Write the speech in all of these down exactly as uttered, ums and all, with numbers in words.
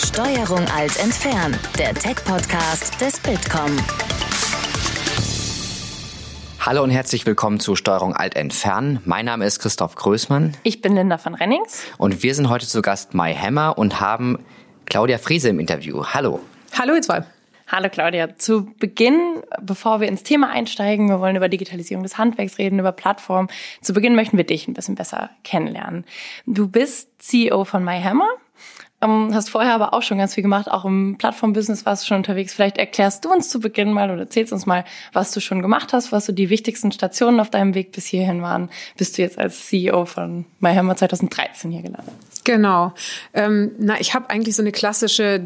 Steuerung Alt entfernen, der Tech-Podcast des Bitkom. Hallo und herzlich willkommen zu Steuerung Alt entfernen. Mein Name ist Christoph Größmann. Ich bin Linda von Rennings. Und wir sind heute zu Gast MyHammer und haben Claudia Friese im Interview. Hallo. Hallo ihr zwei. Hallo Claudia. Zu Beginn, bevor wir ins Thema einsteigen, wir wollen über Digitalisierung des Handwerks reden, über Plattformen. Zu Beginn möchten wir dich ein bisschen besser kennenlernen. Du bist C E O von MyHammer. Um, hast vorher aber auch schon ganz viel gemacht, auch im Plattform-Business warst du schon unterwegs. Vielleicht erklärst du uns zu Beginn mal oder erzählst uns mal, was du schon gemacht hast, was so die wichtigsten Stationen auf deinem Weg bis hierhin waren, bis du jetzt als C E O von MyHammer zwanzig dreizehn hier gelandet bist. Genau. Ähm, na, ich habe eigentlich so eine klassische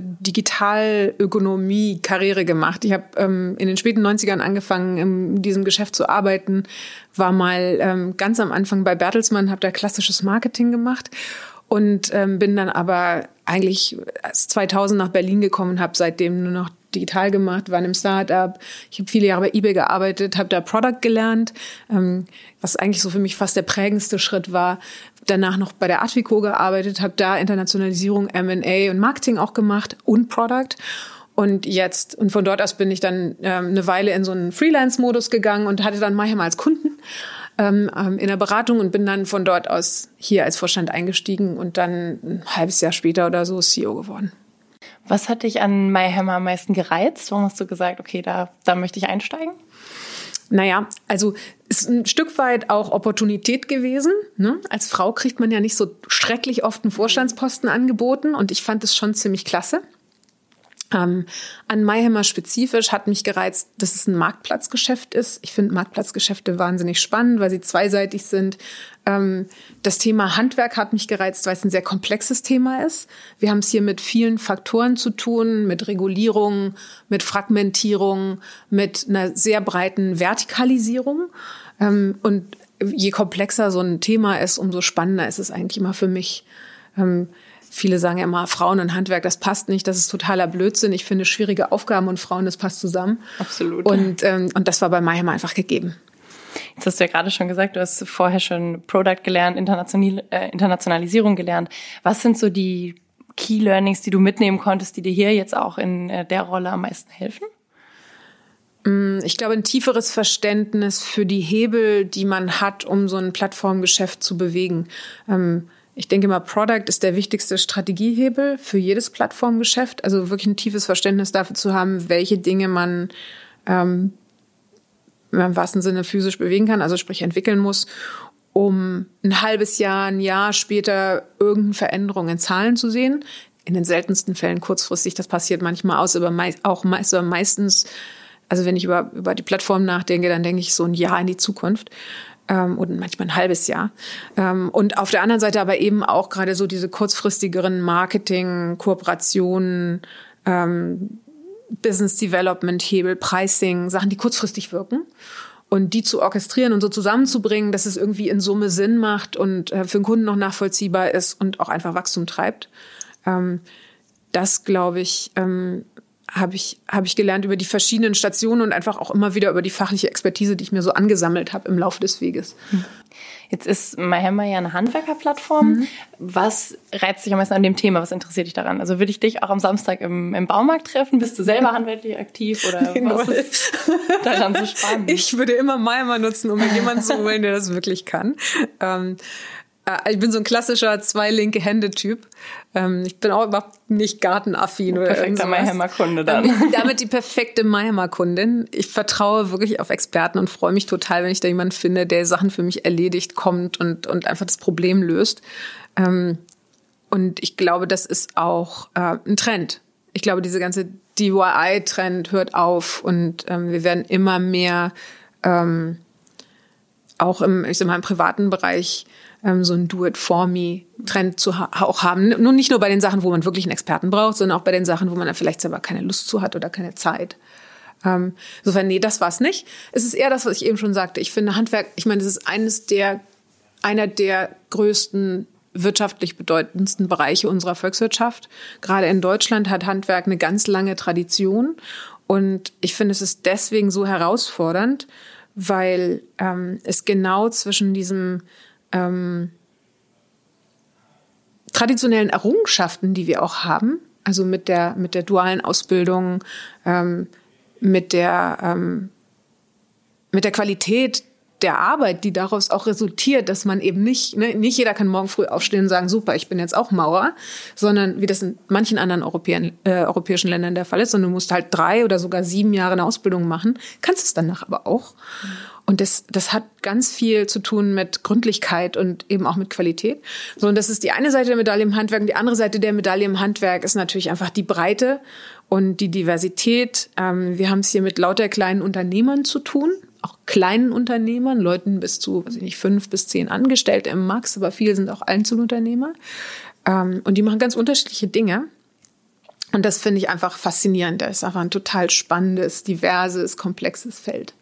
Digitalökonomie-Karriere gemacht. Ich habe ähm, in den späten neunzigern angefangen, in diesem Geschäft zu arbeiten, war mal ähm, ganz am Anfang bei Bertelsmann, habe da klassisches Marketing gemacht. Und ähm, bin dann aber eigentlich zweitausend nach Berlin gekommen und habe seitdem nur noch digital gemacht, war in einem Startup. Ich habe viele Jahre bei eBay gearbeitet, habe da Product gelernt, ähm, was eigentlich so für mich fast der prägendste Schritt war. Danach noch bei der Advico gearbeitet, habe da Internationalisierung, M and A und Marketing auch gemacht und Product. Und jetzt, und von dort aus bin ich dann ähm, eine Weile in so einen Freelance-Modus gegangen und hatte dann MyHammer als Kunden ähm, in der Beratung und bin dann von dort aus hier als Vorstand eingestiegen und dann ein halbes Jahr später oder so C E O geworden. Was hat dich an MyHammer am meisten gereizt? Warum hast du gesagt, okay, da, da möchte ich einsteigen? Naja, also ist ein Stück weit auch Opportunität gewesen. Ne? Als Frau kriegt man ja nicht so schrecklich oft einen Vorstandsposten angeboten und ich fand es schon ziemlich klasse. Ähm, an MyHammer spezifisch hat mich gereizt, dass es ein Marktplatzgeschäft ist. Ich finde Marktplatzgeschäfte wahnsinnig spannend, weil sie zweiseitig sind. Ähm, das Thema Handwerk hat mich gereizt, weil es ein sehr komplexes Thema ist. Wir haben es hier mit vielen Faktoren zu tun, mit Regulierung, mit Fragmentierung, mit einer sehr breiten Vertikalisierung. Ähm, und je komplexer so ein Thema ist, umso spannender ist es eigentlich immer für mich. Ähm, Viele sagen ja immer, Frauen und Handwerk, das passt nicht, das ist totaler Blödsinn. Ich finde schwierige Aufgaben und Frauen, das passt zusammen. Absolut. Und, ähm, und das war bei MyHammer einfach gegeben. Jetzt hast du ja gerade schon gesagt, du hast vorher schon Product gelernt, International, äh, Internationalisierung gelernt. Was sind so die Key Learnings, die du mitnehmen konntest, die dir hier jetzt auch in äh, der Rolle am meisten helfen? Ich glaube, ein tieferes Verständnis für die Hebel, die man hat, um so ein Plattformgeschäft zu bewegen. Ähm, Ich denke mal, Product ist der wichtigste Strategiehebel für jedes Plattformgeschäft. Also wirklich ein tiefes Verständnis dafür zu haben, welche Dinge man ähm, im wahrsten Sinne physisch bewegen kann, also sprich entwickeln muss, um ein halbes Jahr, ein Jahr später irgendeine Veränderung in Zahlen zu sehen. In den seltensten Fällen kurzfristig, das passiert manchmal aus, aber mei- auch meist, aber meistens, also wenn ich über, über die Plattform nachdenke, dann denke ich so ein Jahr in die Zukunft. Und manchmal ein halbes Jahr. Und auf der anderen Seite aber eben auch gerade so diese kurzfristigeren Marketing, Kooperationen, ähm, Business Development, Hebel, Pricing, Sachen, die kurzfristig wirken. Und die zu orchestrieren und so zusammenzubringen, dass es irgendwie in Summe Sinn macht und äh, für den Kunden noch nachvollziehbar ist und auch einfach Wachstum treibt. Ähm, das, glaube ich, ähm, habe ich, habe ich gelernt über die verschiedenen Stationen und einfach auch immer wieder über die fachliche Expertise, die ich mir so angesammelt habe im Laufe des Weges. Jetzt ist MyHammer ja eine Handwerkerplattform. Mhm. Was reizt dich am meisten an dem Thema? Was interessiert dich daran? Also würde ich dich auch am Samstag im, im Baumarkt treffen? Bist du selber handwerklich aktiv oder Genau. Was ist daran so spannend? Ich würde immer MyHammer nutzen, um mir jemanden zu holen, der das wirklich kann. Ähm, Ich bin so ein klassischer Zwei-linke-Hände-Typ. Ich bin auch überhaupt nicht gartenaffin oder irgendwas. Perfekter MyHammer-Kunde dann. Damit die perfekte MyHammer-Kundin. Ich vertraue wirklich auf Experten und freue mich total, wenn ich da jemanden finde, der Sachen für mich erledigt, kommt und, und einfach das Problem löst. Und ich glaube, das ist auch ein Trend. Ich glaube, diese ganze D I Y-Trend hört auf und wir werden immer mehr auch im, ich sag mal, im privaten Bereich so ein Do-it-for-me-Trend zu ha- auch haben. Nun nicht nur bei den Sachen, wo man wirklich einen Experten braucht, sondern auch bei den Sachen, wo man dann vielleicht selber keine Lust zu hat oder keine Zeit. Ähm, insofern, nee, das war's nicht. Es ist eher das, was ich eben schon sagte. Ich finde Handwerk, ich meine, das ist eines der, einer der größten wirtschaftlich bedeutendsten Bereiche unserer Volkswirtschaft. Gerade in Deutschland hat Handwerk eine ganz lange Tradition. Und ich finde, es ist deswegen so herausfordernd, weil ähm, es genau zwischen diesem ähm, traditionellen Errungenschaften, die wir auch haben, Also mit der, mit der dualen Ausbildung, ähm, mit der, ähm, mit der Qualität der Arbeit, die daraus auch resultiert, dass man eben nicht, ne, nicht jeder kann morgen früh aufstehen und sagen, super, ich bin jetzt auch Maurer, sondern wie das in manchen anderen Europäen, äh, europäischen Ländern der Fall ist, sondern du musst halt drei oder sogar sieben Jahre eine Ausbildung machen, kannst es danach aber auch. Mhm. Und das, das hat ganz viel zu tun mit Gründlichkeit und eben auch mit Qualität. So, und das ist die eine Seite der Medaille im Handwerk. Und die andere Seite der Medaille im Handwerk ist natürlich einfach die Breite und die Diversität. Ähm, wir haben es hier mit lauter kleinen Unternehmern zu tun. Auch kleinen Unternehmern, Leuten bis zu, weiß ich nicht, fünf bis zehn Angestellte im Max, aber viele sind auch Einzelunternehmer. Ähm, und die machen ganz unterschiedliche Dinge. Und das finde ich einfach faszinierend. Das ist einfach ein total spannendes, diverses, komplexes Feld.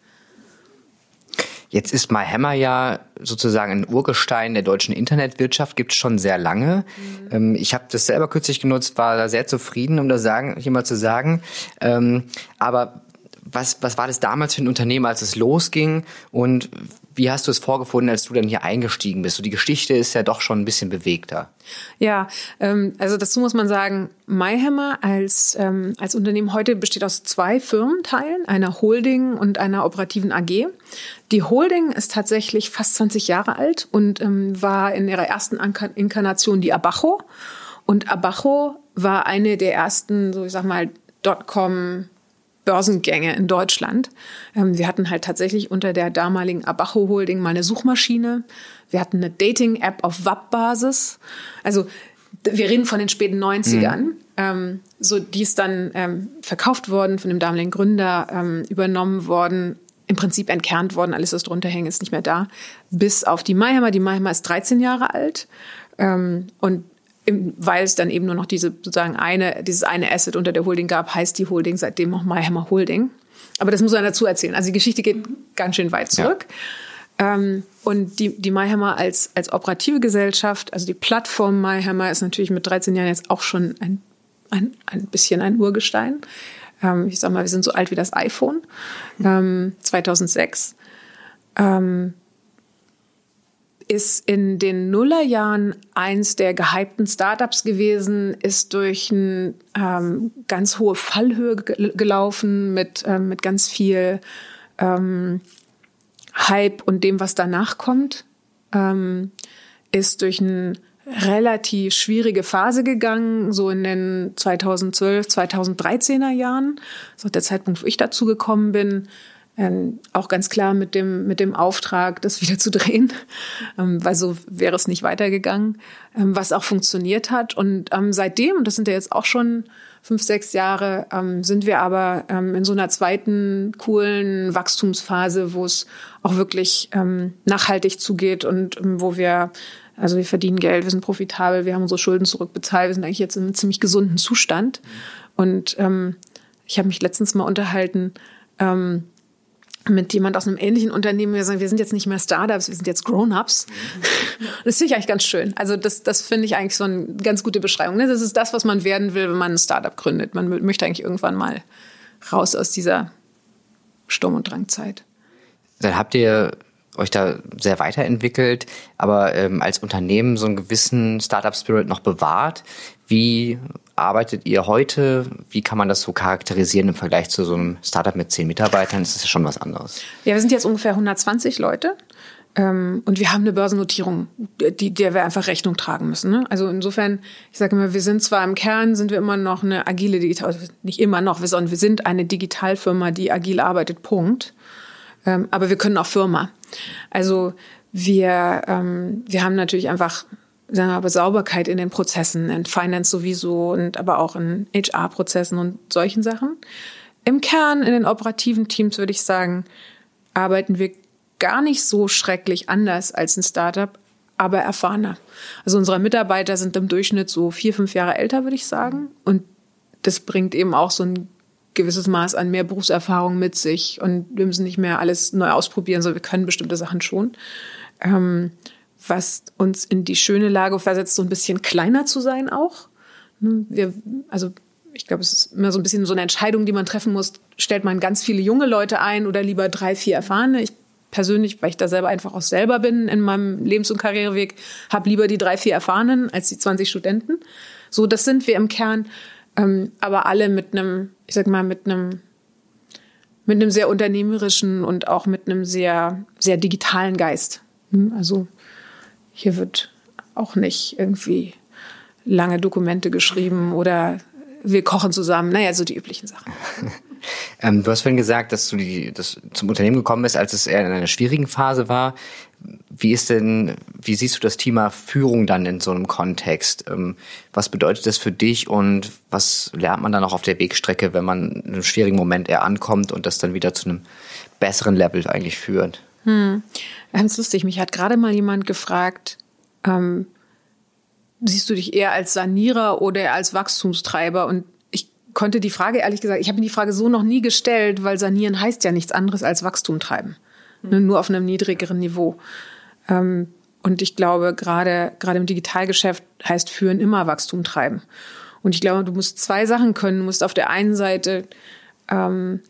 Jetzt ist MyHammer ja sozusagen ein Urgestein der deutschen Internetwirtschaft, gibt es schon sehr lange. Mhm. Ich habe das selber kürzlich genutzt, war da sehr zufrieden, um das sagen, hier mal zu sagen. Aber Was, was war das damals für ein Unternehmen, als es losging? Und wie hast du es vorgefunden, als du dann hier eingestiegen bist? So, die Geschichte ist ja doch schon ein bisschen bewegter. Ja, ähm, also dazu muss man sagen, MyHammer als, ähm, als Unternehmen heute besteht aus zwei Firmenteilen, einer Holding und einer operativen A G. Die Holding ist tatsächlich fast zwanzig Jahre alt und ähm, war in ihrer ersten Inkarnation die Abacho. Und Abacho war eine der ersten, so ich sag mal, Dotcom Börsengänge in Deutschland. Wir hatten halt tatsächlich unter der damaligen Abacho Holding mal eine Suchmaschine. Wir hatten eine Dating-App auf W A P-Basis. Also wir reden von den späten neunzigern. Mhm. Ähm, so, die ist dann ähm, verkauft worden, von dem damaligen Gründer ähm, übernommen worden, im Prinzip entkernt worden. Alles, was drunter hängt, ist nicht mehr da. Bis auf die MyHammer. Die MyHammer ist dreizehn Jahre alt. Ähm, und weil es dann eben nur noch diese sozusagen eine, dieses eine Asset unter der Holding gab, heißt die Holding seitdem noch MyHammer Holding. Aber das muss man dazu erzählen. Also die Geschichte geht ganz schön weit zurück. Ja. Ähm, und die, die MyHammer als, als operative Gesellschaft, also die Plattform MyHammer ist natürlich mit dreizehn Jahren jetzt auch schon ein, ein, ein bisschen ein Urgestein. Ähm, ich sag mal, wir sind so alt wie das iPhone. Ähm, zweitausendsechs. Ähm, ist in den Nullerjahren eins der gehypten Startups gewesen, ist durch eine ähm, ganz hohe Fallhöhe ge- gelaufen mit, ähm, mit ganz viel ähm, Hype und dem, was danach kommt, ähm, ist durch eine relativ schwierige Phase gegangen, so in den zweitausendzwölf, zweitausenddreizehner Jahren. Das ist auch der Zeitpunkt, wo ich dazu gekommen bin. Ähm, auch ganz klar mit dem, mit dem Auftrag, das wieder zu drehen, ähm, weil so wäre es nicht weitergegangen, ähm, was auch funktioniert hat. Und ähm, seitdem, und das sind ja jetzt auch schon fünf, sechs Jahre, ähm, sind wir aber ähm, in so einer zweiten coolen Wachstumsphase, wo es auch wirklich ähm, nachhaltig zugeht und ähm, wo wir, also wir verdienen Geld, wir sind profitabel, wir haben unsere Schulden zurückbezahlt, wir sind eigentlich jetzt in einem ziemlich gesunden Zustand. Und ähm, ich habe mich letztens mal unterhalten, ähm, mit jemand aus einem ähnlichen Unternehmen, wir sagen, wir sind jetzt nicht mehr Startups, wir sind jetzt Grown-ups. Das finde ich eigentlich ganz schön. Also das, das finde ich eigentlich so eine ganz gute Beschreibung. Das ist das, was man werden will, wenn man ein Startup gründet. Man möchte eigentlich irgendwann mal raus aus dieser Sturm- und Drangzeit. Dann habt ihr euch da sehr weiterentwickelt, aber ähm, als Unternehmen so einen gewissen Startup-Spirit noch bewahrt. Wie arbeitet ihr heute? Wie kann man das so charakterisieren im Vergleich zu so einem Startup mit zehn Mitarbeitern? Das ist ja schon was anderes. Ja, wir sind jetzt ungefähr hundertzwanzig Leute. Ähm, und wir haben eine Börsennotierung, die, der wir einfach Rechnung tragen müssen. Ne? Also insofern, ich sage immer, wir sind zwar im Kern, sind wir immer noch eine agile Digital, also nicht immer noch, sondern wir sind eine Digitalfirma, die agil arbeitet, Punkt. Ähm, aber wir können auch Firma. Also wir, ähm, wir haben natürlich einfach, sagen wir mal, Sauberkeit in den Prozessen, in Finance sowieso und aber auch in H R-Prozessen und solchen Sachen. Im Kern, in den operativen Teams, würde ich sagen, arbeiten wir gar nicht so schrecklich anders als ein Startup, aber erfahrener. Also unsere Mitarbeiter sind im Durchschnitt so vier, fünf Jahre älter, würde ich sagen. Und das bringt eben auch so ein gewisses Maß an mehr Berufserfahrung mit sich. Und wir müssen nicht mehr alles neu ausprobieren, sondern wir können bestimmte Sachen schon. Ähm, was uns in die schöne Lage versetzt, so ein bisschen kleiner zu sein auch. Wir, also ich glaube, es ist immer so ein bisschen so eine Entscheidung, die man treffen muss. Stellt man ganz viele junge Leute ein oder lieber drei, vier Erfahrene? Ich persönlich, weil ich da selber einfach auch selber bin in meinem Lebens- und Karriereweg, habe lieber die drei, vier Erfahrenen als die zwanzig Studenten. So, das sind wir im Kern. ähm, aber alle mit einem, ich sag mal, mit einem mit einem sehr unternehmerischen und auch mit einem sehr, sehr digitalen Geist. Also hier wird auch nicht irgendwie lange Dokumente geschrieben oder wir kochen zusammen. Naja, so die üblichen Sachen. ähm, du hast vorhin gesagt, dass du die, dass zum Unternehmen gekommen bist, als es eher in einer schwierigen Phase war. Wie ist denn, wie siehst du das Thema Führung dann in so einem Kontext? Ähm, was bedeutet das für dich und was lernt man dann auch auf der Wegstrecke, wenn man in einem schwierigen Moment eher ankommt und das dann wieder zu einem besseren Level eigentlich führt? Hm. Ganz lustig, mich hat gerade mal jemand gefragt, ähm, siehst du dich eher als Sanierer oder als Wachstumstreiber? Und ich konnte die Frage, ehrlich gesagt, ich habe mir die Frage so noch nie gestellt, weil sanieren heißt ja nichts anderes als Wachstum treiben. Mhm. Nur auf einem niedrigeren Niveau. Ähm, und ich glaube, gerade gerade im Digitalgeschäft heißt führen immer Wachstum treiben. Und ich glaube, du musst zwei Sachen können. Du musst auf der einen Seite ähm,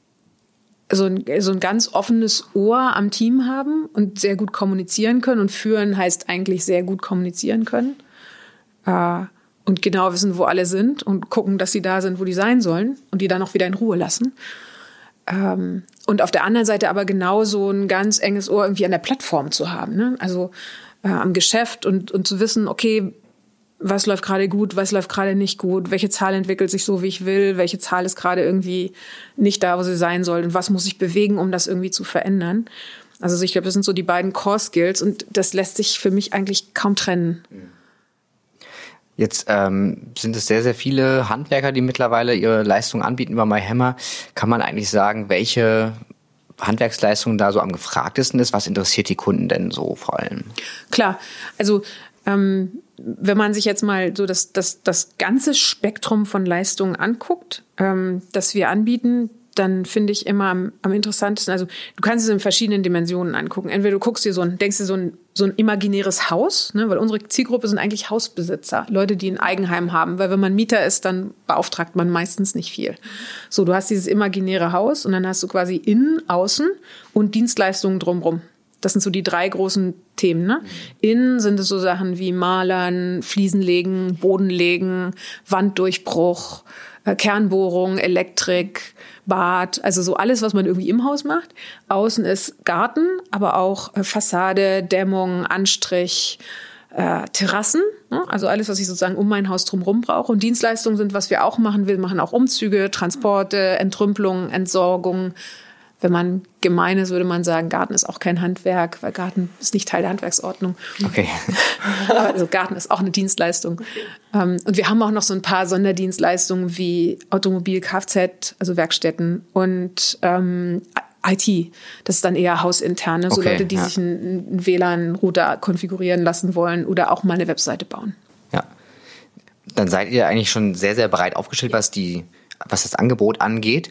so ein, so ein ganz offenes Ohr am Team haben und sehr gut kommunizieren können. Und führen heißt eigentlich sehr gut kommunizieren können. Äh, und genau wissen, wo alle sind und gucken, dass sie da sind, wo die sein sollen und die dann auch wieder in Ruhe lassen. Ähm, und auf der anderen Seite aber genauso ein ganz enges Ohr irgendwie an der Plattform zu haben, ne? Also äh, am Geschäft und, und zu wissen, okay, was läuft gerade gut, was läuft gerade nicht gut, welche Zahl entwickelt sich so, wie ich will, welche Zahl ist gerade irgendwie nicht da, wo sie sein soll und was muss ich bewegen, um das irgendwie zu verändern. Also ich glaube, das sind so die beiden Core-Skills und das lässt sich für mich eigentlich kaum trennen. Jetzt ähm, sind es sehr, sehr viele Handwerker, die mittlerweile ihre Leistungen anbieten über MyHammer. Kann man eigentlich sagen, welche Handwerksleistung da so am gefragtesten ist? Was interessiert die Kunden denn so vor allem? Klar, also ähm, wenn man sich jetzt mal so das, das, das ganze Spektrum von Leistungen anguckt, ähm, das wir anbieten, dann finde ich immer am, am interessantesten, also du kannst es in verschiedenen Dimensionen angucken. Entweder du guckst dir so ein, denkst dir so ein, so ein imaginäres Haus, ne, weil unsere Zielgruppe sind eigentlich Hausbesitzer, Leute, die ein Eigenheim haben, weil wenn man Mieter ist, dann beauftragt man meistens nicht viel. So, du hast dieses imaginäre Haus und dann hast du quasi innen, außen und Dienstleistungen drumherum. Das sind so die drei großen Themen, ne? Innen sind es so Sachen wie Malern, Fliesen legen, Boden legen, Wanddurchbruch, äh, Kernbohrung, Elektrik, Bad, also so alles, was man irgendwie im Haus macht. Außen ist Garten, aber auch äh, Fassade, Dämmung, Anstrich, äh, Terrassen, ne? Also alles, was ich sozusagen um mein Haus drumherum brauche. Und Dienstleistungen sind, was wir auch machen. Wir machen auch Umzüge, Transporte, Entrümpelung, Entsorgung. Wenn man gemein ist, würde man sagen, Garten ist auch kein Handwerk, weil Garten ist nicht Teil der Handwerksordnung. Okay. Also Garten ist auch eine Dienstleistung. Und wir haben auch noch so ein paar Sonderdienstleistungen wie Automobil, Kfz, also Werkstätten und ähm, I T. Das ist dann eher hausinterne, so okay, Leute, die ja. sich einen W L A N-Router konfigurieren lassen wollen oder auch mal eine Webseite bauen. Ja, dann seid ihr eigentlich schon sehr, sehr breit aufgestellt, was die, was das Angebot angeht.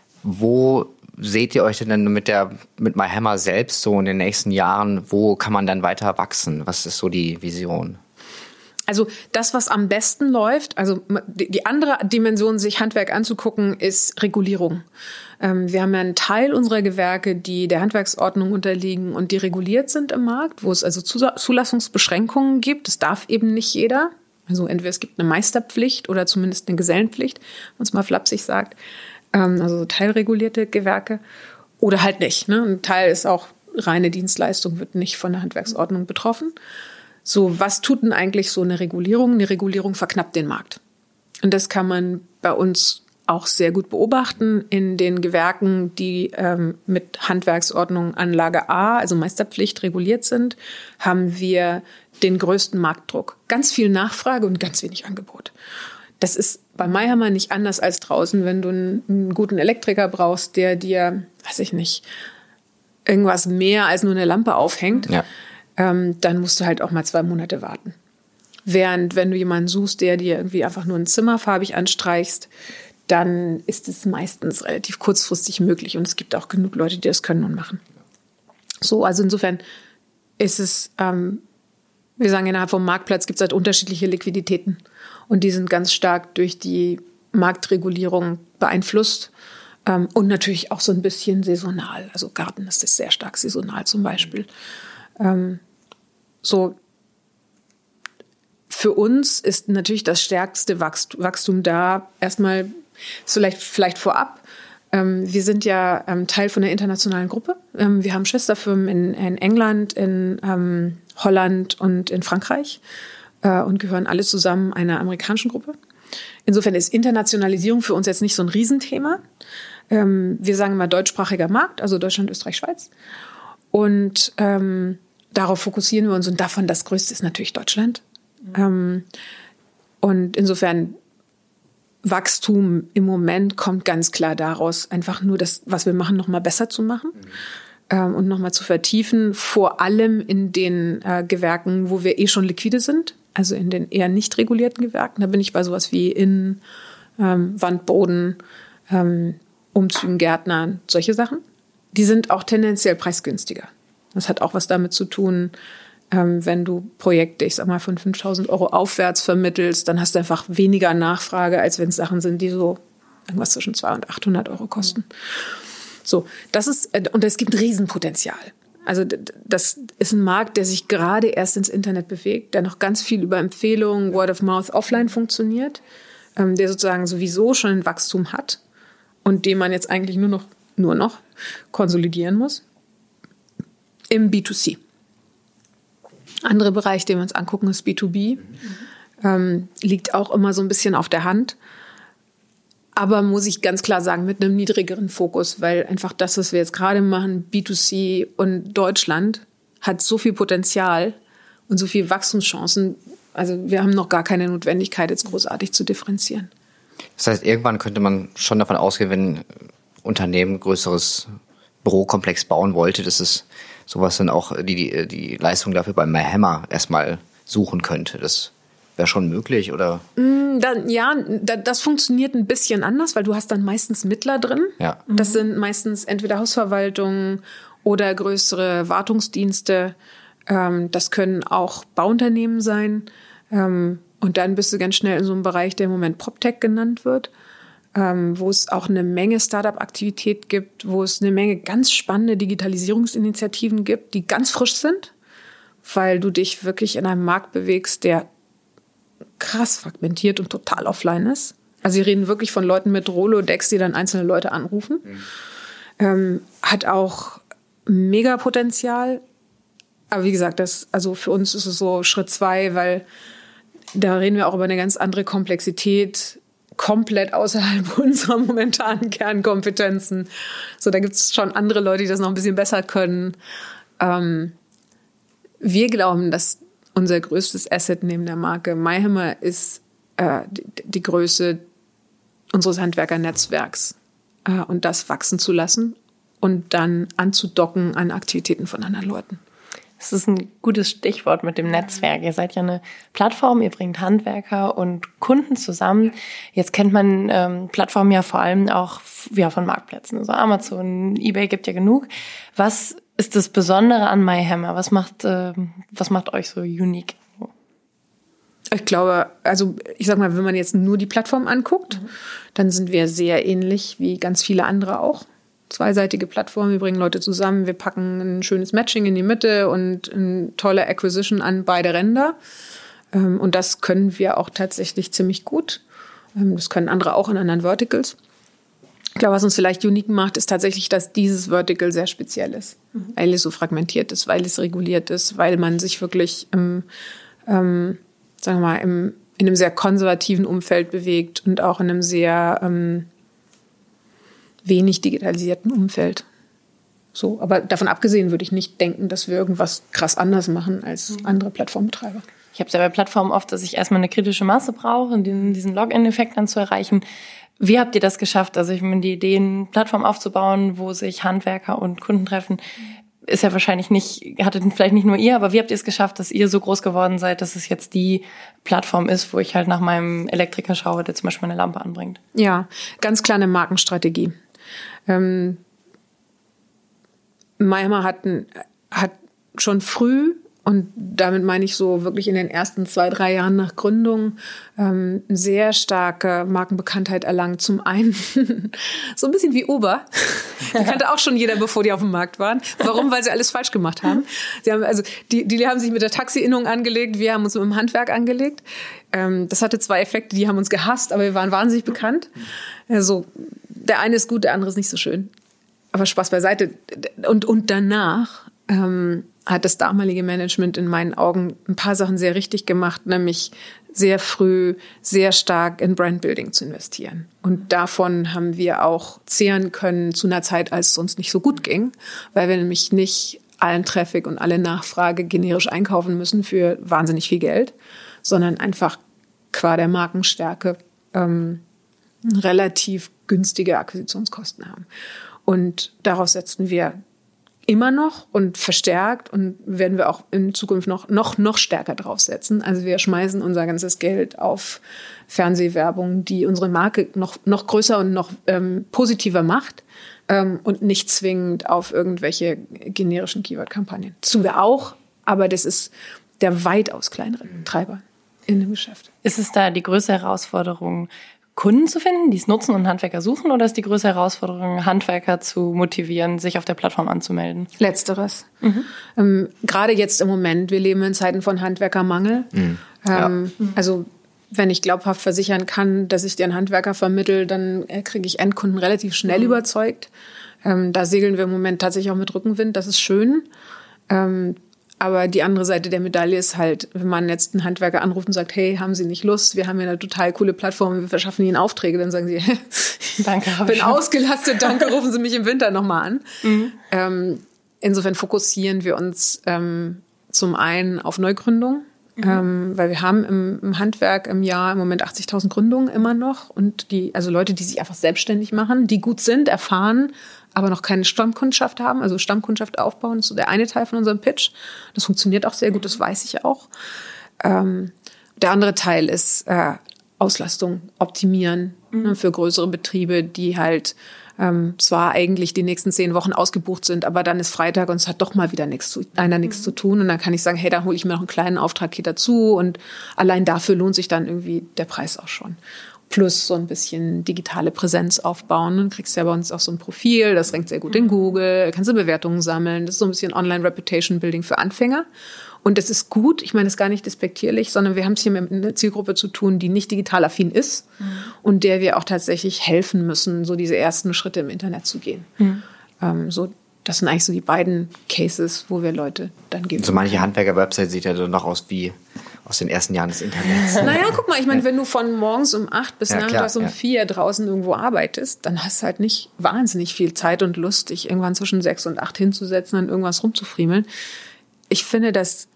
Wo seht ihr euch denn mit der mit MyHammer selbst so in den nächsten Jahren? Wo kann man dann weiter wachsen? Was ist so die Vision? Also das, was am besten läuft, also die andere Dimension, sich Handwerk anzugucken, ist Regulierung. Wir haben ja einen Teil unserer Gewerke, die der Handwerksordnung unterliegen und die reguliert sind im Markt, wo es also Zulassungsbeschränkungen gibt. Das darf eben nicht jeder. Also entweder es gibt eine Meisterpflicht oder zumindest eine Gesellenpflicht, wenn man es mal flapsig sagt. Also teilregulierte Gewerke oder halt nicht. Ne? Ein Teil ist auch reine Dienstleistung, wird nicht von der Handwerksordnung betroffen. So, was tut denn eigentlich so eine Regulierung? Eine Regulierung verknappt den Markt. Und das kann man bei uns auch sehr gut beobachten in den Gewerken, die ähm, mit Handwerksordnung Anlage A, also Meisterpflicht, reguliert sind, haben wir den größten Marktdruck. Ganz viel Nachfrage und ganz wenig Angebot. Das ist bei MyHammer nicht anders als draußen, wenn du einen, einen guten Elektriker brauchst, der dir, weiß ich nicht, irgendwas mehr als nur eine Lampe aufhängt, ja. ähm, dann musst du halt auch mal zwei Monate warten. Während wenn du jemanden suchst, der dir irgendwie einfach nur ein Zimmer farbig anstreichst, dann ist es meistens relativ kurzfristig möglich und es gibt auch genug Leute, die das können und machen. So, also insofern ist es, ähm, wir sagen innerhalb vom Marktplatz gibt es halt unterschiedliche Liquiditäten. Und die sind ganz stark durch die Marktregulierung beeinflusst. Ähm, und natürlich auch so ein bisschen saisonal. Also Garten ist das sehr stark saisonal zum Beispiel. Ähm, so für uns ist natürlich das stärkste Wachstum da. Erstmal vielleicht, vielleicht vorab. Ähm, wir sind ja ähm, Teil von einer internationalen Gruppe. Ähm, wir haben Schwesterfirmen in, in England, in ähm, Holland und in Frankreich äh, und gehören alle zusammen einer amerikanischen Gruppe. Insofern ist Internationalisierung für uns jetzt nicht so ein Riesenthema. Ähm, wir sagen immer deutschsprachiger Markt, also Deutschland, Österreich, Schweiz. Und ähm, darauf fokussieren wir uns. Und davon das Größte ist natürlich Deutschland. Mhm. Ähm, und insofern Wachstum im Moment kommt ganz klar daraus, einfach nur das, was wir machen, noch mal besser zu machen. Mhm. ähm, und noch mal zu vertiefen. Vor allem in den äh, Gewerken, wo wir eh schon liquide sind. Also in den eher nicht regulierten Gewerken. Da bin ich bei sowas wie Innen, ähm, Wand, Boden, ähm, Umzügen, Gärtnern, solche Sachen. Die sind auch tendenziell preisgünstiger. Das hat auch was damit zu tun, ähm, wenn du Projekte, ich sag mal, von fünftausend Euro aufwärts vermittelst, dann hast du einfach weniger Nachfrage, als wenn es Sachen sind, die so irgendwas zwischen zweihundert und achthundert Euro kosten. So, das ist, und es gibt ein Riesenpotenzial. Also das ist ein Markt, der sich gerade erst ins Internet bewegt, der noch ganz viel über Empfehlungen, Word of Mouth, offline funktioniert, ähm, der sozusagen sowieso schon ein Wachstum hat und den man jetzt eigentlich nur noch, nur noch konsolidieren muss im B zwei C. Andere Bereich, den wir uns angucken, ist B zwei B. Mhm. Ähm, liegt auch immer so ein bisschen auf der Hand. Aber muss ich ganz klar sagen, mit einem niedrigeren Fokus, weil einfach das, was wir jetzt gerade machen, B zwei C und Deutschland, hat so viel Potenzial und so viele Wachstumschancen. Also wir haben noch gar keine Notwendigkeit, jetzt großartig zu differenzieren. Das heißt, irgendwann könnte man schon davon ausgehen, wenn ein Unternehmen ein größeres Bürokomplex bauen wollte, dass es sowas dann auch die, die, die Leistung dafür bei MyHammer erstmal suchen könnte. Das wäre schon möglich, oder? Mm, dann, ja, da, das funktioniert ein bisschen anders, weil du hast dann meistens Mittler drin. Ja. Das sind meistens entweder Hausverwaltungen oder größere Wartungsdienste. Ähm, das können auch Bauunternehmen sein. Ähm, und dann bist du ganz schnell in so einem Bereich, der im Moment PropTech genannt wird, ähm, wo es auch eine Menge Startup-Aktivität gibt, wo es eine Menge ganz spannende Digitalisierungsinitiativen gibt, die ganz frisch sind, weil du dich wirklich in einem Markt bewegst, der krass fragmentiert und total offline ist. Also sie reden wirklich von Leuten mit Rolodex, die dann einzelne Leute anrufen. Mhm. Ähm, hat auch mega Potenzial. Aber wie gesagt, das, also für uns ist es so Schritt zwei, weil da reden wir auch über eine ganz andere Komplexität, komplett außerhalb unserer momentanen Kernkompetenzen. So, da gibt es schon andere Leute, die das noch ein bisschen besser können. Ähm, wir glauben, dass unser größtes Asset neben der Marke MyHammer ist äh, die, die Größe unseres Handwerkernetzwerks äh, und das wachsen zu lassen und dann anzudocken an Aktivitäten von anderen Leuten. Das ist ein gutes Stichwort mit dem Netzwerk. Ihr seid ja eine Plattform, ihr bringt Handwerker und Kunden zusammen. Jetzt kennt man ähm, Plattformen ja vor allem auch ja, von Marktplätzen. Also Amazon, eBay gibt ja genug. Was ist das Besondere an MyHammer? Was macht, äh, was macht euch so unique? Ich glaube, also ich sag mal, wenn man jetzt nur die Plattform anguckt, mhm. dann sind wir sehr ähnlich wie ganz viele andere auch. Zweiseitige Plattform, wir bringen Leute zusammen, wir packen ein schönes Matching in die Mitte und eine tolle Acquisition an beide Ränder. Und das können wir auch tatsächlich ziemlich gut. Das können andere auch in anderen Verticals. Ich glaube, was uns vielleicht unique macht, ist tatsächlich, dass dieses Vertical sehr speziell ist, mhm. weil es so fragmentiert ist, weil es reguliert ist, weil man sich wirklich im, ähm, sagen wir mal, im, in einem sehr konservativen Umfeld bewegt und auch in einem sehr ähm, wenig digitalisierten Umfeld. So, aber davon abgesehen würde ich nicht denken, dass wir irgendwas krass anders machen als andere Plattformbetreiber. Ich habe es ja bei Plattformen oft, dass ich erstmal eine kritische Masse brauche, um diesen, diesen Login-Effekt dann zu erreichen. Wie habt ihr das geschafft? Also ich meine, die Idee, eine Plattform aufzubauen, wo sich Handwerker und Kunden treffen, ist ja wahrscheinlich nicht, hattet vielleicht nicht nur ihr, aber wie habt ihr es geschafft, dass ihr so groß geworden seid, dass es jetzt die Plattform ist, wo ich halt nach meinem Elektriker schaue, der zum Beispiel eine Lampe anbringt? Ja, ganz klar eine Markenstrategie. Ähm, MyHammer hat, hat schon früh und damit meine ich so wirklich in den ersten zwei, drei Jahren nach Gründung, ähm, sehr starke Markenbekanntheit erlangt. Zum einen so ein bisschen wie Uber. Die kannte auch schon jeder, bevor die auf dem Markt waren. Warum? Weil sie alles falsch gemacht haben. Sie haben also die, die haben sich mit der Taxi-Innung angelegt, wir haben uns mit dem Handwerk angelegt. Ähm, das hatte zwei Effekte, die haben uns gehasst, aber wir waren wahnsinnig bekannt. Also der eine ist gut, der andere ist nicht so schön. Aber Spaß beiseite. Und, und danach ähm, hat das damalige Management in meinen Augen ein paar Sachen sehr richtig gemacht, nämlich sehr früh, sehr stark in Brandbuilding zu investieren. Und davon haben wir auch zehren können zu einer Zeit, als es uns nicht so gut ging, weil wir nämlich nicht allen Traffic und alle Nachfrage generisch einkaufen müssen für wahnsinnig viel Geld, sondern einfach qua der Markenstärke ähm, relativ günstige Akquisitionskosten haben. Und darauf setzen wir immer noch und verstärkt und werden wir auch in Zukunft noch, noch, noch stärker draufsetzen. Also wir schmeißen unser ganzes Geld auf Fernsehwerbung, die unsere Marke noch, noch größer und noch ähm, positiver macht ähm, und nicht zwingend auf irgendwelche generischen Keyword-Kampagnen. Das tun wir auch, aber das ist der weitaus kleinere Treiber in dem Geschäft. Ist es da die größte Herausforderung, Kunden zu finden, die es nutzen und Handwerker suchen, oder ist die größte Herausforderung, Handwerker zu motivieren, sich auf der Plattform anzumelden? Letzteres. Mhm. Ähm, gerade jetzt im Moment, wir leben in Zeiten von Handwerkermangel. Mhm. Ja. Ähm, also wenn ich glaubhaft versichern kann, dass ich dir einen Handwerker vermittle, dann kriege ich Endkunden relativ schnell mhm. überzeugt. Ähm, da segeln wir im Moment tatsächlich auch mit Rückenwind, das ist schön. Ähm, Aber die andere Seite der Medaille ist halt, wenn man jetzt einen Handwerker anruft und sagt, hey, haben Sie nicht Lust? Wir haben hier eine total coole Plattform, wir verschaffen Ihnen Aufträge. Dann sagen Sie, danke, ich bin ausgelastet, danke, rufen Sie mich im Winter nochmal an. Mhm. Ähm, insofern fokussieren wir uns ähm, zum einen auf Neugründung, mhm. ähm, weil wir haben im, im Handwerk im Jahr im Moment achtzigtausend Gründungen immer noch. Und die, also Leute, die sich einfach selbstständig machen, die gut sind, erfahren, aber noch keine Stammkundschaft haben, also Stammkundschaft aufbauen, ist so der eine Teil von unserem Pitch. Das funktioniert auch sehr gut, das weiß ich auch. Ähm, der andere Teil ist äh, Auslastung optimieren, mhm. ne, für größere Betriebe, die halt ähm, zwar eigentlich die nächsten zehn Wochen ausgebucht sind, aber dann ist Freitag und es hat doch mal wieder nichts zu, einer nichts mhm. zu tun. Und dann kann ich sagen, hey, da hole ich mir noch einen kleinen Auftrag hier dazu. Und allein dafür lohnt sich dann irgendwie der Preis auch schon. Plus so ein bisschen digitale Präsenz aufbauen. Dann kriegst du ja bei uns auch so ein Profil, das rankt sehr gut in Google, kannst du Bewertungen sammeln. Das ist so ein bisschen Online-Reputation-Building für Anfänger. Und das ist gut, ich meine das gar nicht despektierlich, sondern wir haben es hier mit einer Zielgruppe zu tun, die nicht digital affin ist mhm. und der wir auch tatsächlich helfen müssen, so diese ersten Schritte im Internet zu gehen. Mhm. Ähm, so, das sind eigentlich so die beiden Cases, wo wir Leute dann geben. So manche Handwerker-Website sieht ja dann noch aus wie aus den ersten Jahren des Internets. Naja, guck mal, ich meine, wenn du von morgens um acht bis ja, nachmittags um ja. vier draußen irgendwo arbeitest, dann hast du halt nicht wahnsinnig viel Zeit und Lust, dich irgendwann zwischen sechs und acht hinzusetzen und irgendwas rumzufriemeln. Ich finde, dass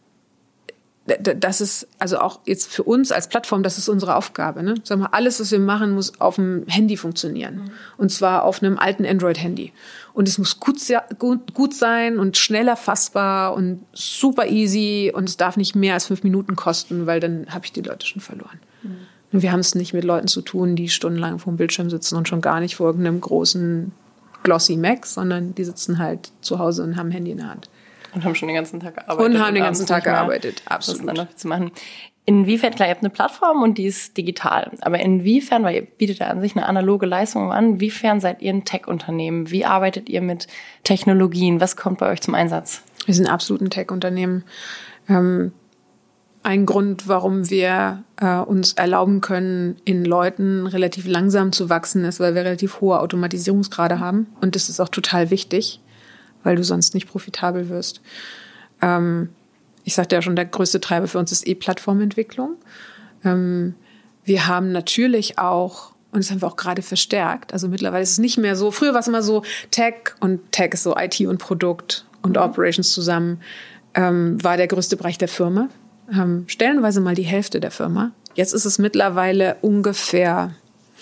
das ist also auch jetzt für uns als Plattform, das ist unsere Aufgabe. Ne? Sag mal, alles, was wir machen, muss auf dem Handy funktionieren. Mhm. Und zwar auf einem alten Android-Handy. Und es muss gut, gut, gut sein und schnell erfassbar und super easy. Und es darf nicht mehr als fünf Minuten kosten, weil dann habe ich die Leute schon verloren. Mhm. Und wir haben es nicht mit Leuten zu tun, die stundenlang vor dem Bildschirm sitzen und schon gar nicht vor irgendeinem großen glossy Mac, sondern die sitzen halt zu Hause und haben ein Handy in der Hand. Und haben schon den ganzen Tag gearbeitet. Und haben den ganzen Tag gearbeitet, absolut. Das dann noch zu machen. Inwiefern, klar, ihr habt eine Plattform und die ist digital. Aber inwiefern, weil ihr bietet ja an sich eine analoge Leistung an, inwiefern seid ihr ein Tech-Unternehmen? Wie arbeitet ihr mit Technologien? Was kommt bei euch zum Einsatz? Wir sind absolut ein Tech-Unternehmen. Ähm, ein Grund, warum wir äh, uns erlauben können, in Leuten relativ langsam zu wachsen, ist, weil wir relativ hohe Automatisierungsgrade haben. Und das ist auch total wichtig, weil du sonst nicht profitabel wirst. Ähm, ich sagte ja schon, der größte Treiber für uns ist eh Plattformentwicklung. Ähm, wir haben natürlich auch, und das haben wir auch gerade verstärkt, also mittlerweile ist es nicht mehr so, früher war es immer so Tech und Tech ist so I T und Produkt und mhm. Operations zusammen, ähm, war der größte Bereich der Firma. Ähm, stellenweise mal die Hälfte der Firma. Jetzt ist es mittlerweile ungefähr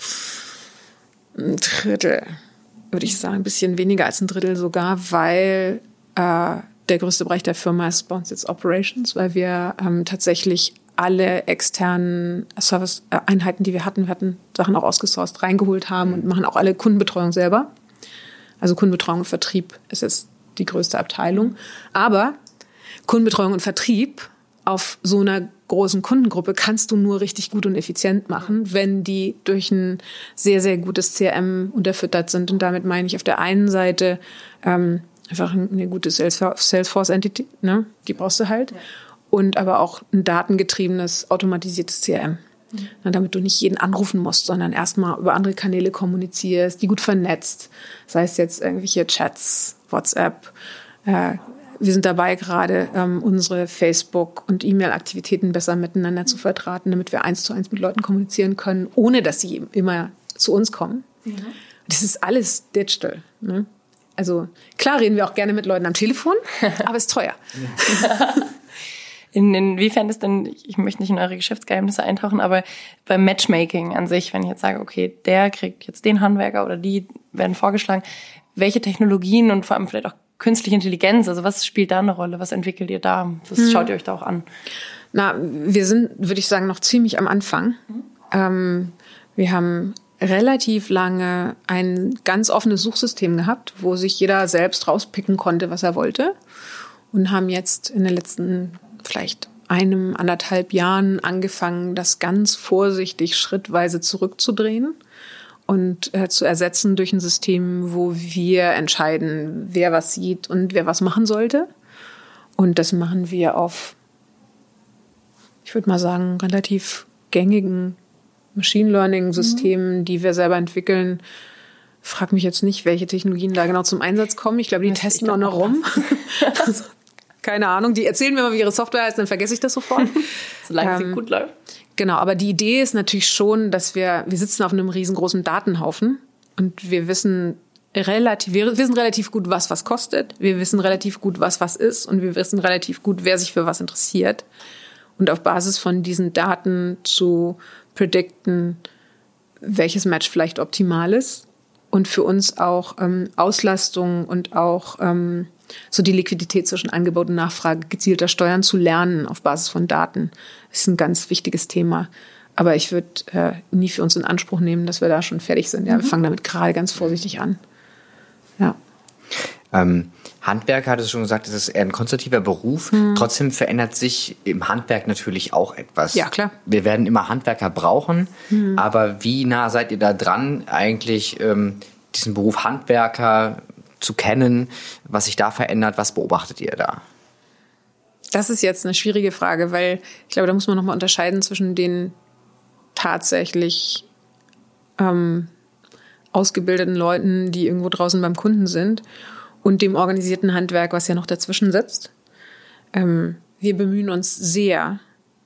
ein Drittel, würde ich sagen, ein bisschen weniger als ein Drittel sogar, weil äh, der größte Bereich der Firma ist bei uns jetzt Operations, weil wir ähm, tatsächlich alle externen Service-Einheiten, die wir hatten, wir hatten Sachen auch ausgesourced, reingeholt haben und machen auch alle Kundenbetreuung selber. Also Kundenbetreuung und Vertrieb ist jetzt die größte Abteilung. Aber Kundenbetreuung und Vertrieb auf so einer großen Kundengruppe kannst du nur richtig gut und effizient machen, wenn die durch ein sehr, sehr gutes C R M unterfüttert sind. Und damit meine ich auf der einen Seite ähm, einfach eine gute Salesforce-Entity, ne? Die brauchst du halt. Ja. Und aber auch ein datengetriebenes, automatisiertes C R M. Mhm. Na, damit du nicht jeden anrufen musst, sondern erstmal über andere Kanäle kommunizierst, die gut vernetzt. Sei es jetzt irgendwelche Chats, WhatsApp. Äh, wir sind dabei gerade, ähm, unsere Facebook- und E-Mail-Aktivitäten besser miteinander zu verdrahten, damit wir eins zu eins mit Leuten kommunizieren können, ohne dass sie immer zu uns kommen. Mhm. Das ist alles digital, ne? Also klar reden wir auch gerne mit Leuten am Telefon, aber es ist teuer. Ja. In, inwiefern ist denn, ich möchte nicht in eure Geschäftsgeheimnisse eintauchen, aber beim Matchmaking an sich, wenn ich jetzt sage, okay, der kriegt jetzt den Handwerker oder die werden vorgeschlagen, welche Technologien und vor allem vielleicht auch künstliche Intelligenz, also was spielt da eine Rolle? Was entwickelt ihr da? Was hm. schaut ihr euch da auch an? Na, wir sind, würde ich sagen, noch ziemlich am Anfang. Mhm. Ähm, wir haben relativ lange ein ganz offenes Suchsystem gehabt, wo sich jeder selbst rauspicken konnte, was er wollte. Und haben jetzt in den letzten vielleicht einem, anderthalb Jahren angefangen, das ganz vorsichtig schrittweise zurückzudrehen und äh, zu ersetzen durch ein System, wo wir entscheiden, wer was sieht und wer was machen sollte. Und das machen wir auf, ich würde mal sagen, relativ gängigen Machine Learning-Systemen, mhm. die wir selber entwickeln. Frag mich jetzt nicht, welche Technologien da genau zum Einsatz kommen. Ich glaube, die das testen auch noch rum. Also, keine Ahnung. Die erzählen mir mal, wie ihre Software heißt, dann vergesse ich das sofort. Solange ähm, sie gut läuft. Genau, aber die Idee ist natürlich schon, dass wir, wir sitzen auf einem riesengroßen Datenhaufen und wir wissen relativ, wir wissen relativ gut, was was kostet. Wir wissen relativ gut, was was ist und wir wissen relativ gut, wer sich für was interessiert. Und auf Basis von diesen Daten zu predikten, welches Match vielleicht optimal ist und für uns auch ähm, Auslastung und auch ähm, so die Liquidität zwischen Angebot und Nachfrage gezielter steuern zu lernen auf Basis von Daten, ist ein ganz wichtiges Thema. Aber ich würde äh, nie für uns in Anspruch nehmen, dass wir da schon fertig sind. Ja, mhm. Wir fangen damit gerade ganz vorsichtig an. Ja. Ähm, Handwerker, hattest du schon gesagt, das ist eher ein konstruktiver Beruf. Mhm. Trotzdem verändert sich im Handwerk natürlich auch etwas. Ja, klar. Wir werden immer Handwerker brauchen, mhm. aber wie nah seid ihr da dran, eigentlich ähm, diesen Beruf Handwerker zu kennen, was sich da verändert, was beobachtet ihr da? Das ist jetzt eine schwierige Frage, weil ich glaube, da muss man nochmal unterscheiden zwischen den tatsächlich ähm, ausgebildeten Leuten, die irgendwo draußen beim Kunden sind, und dem organisierten Handwerk, was ja noch dazwischen sitzt. Ähm, wir bemühen uns sehr,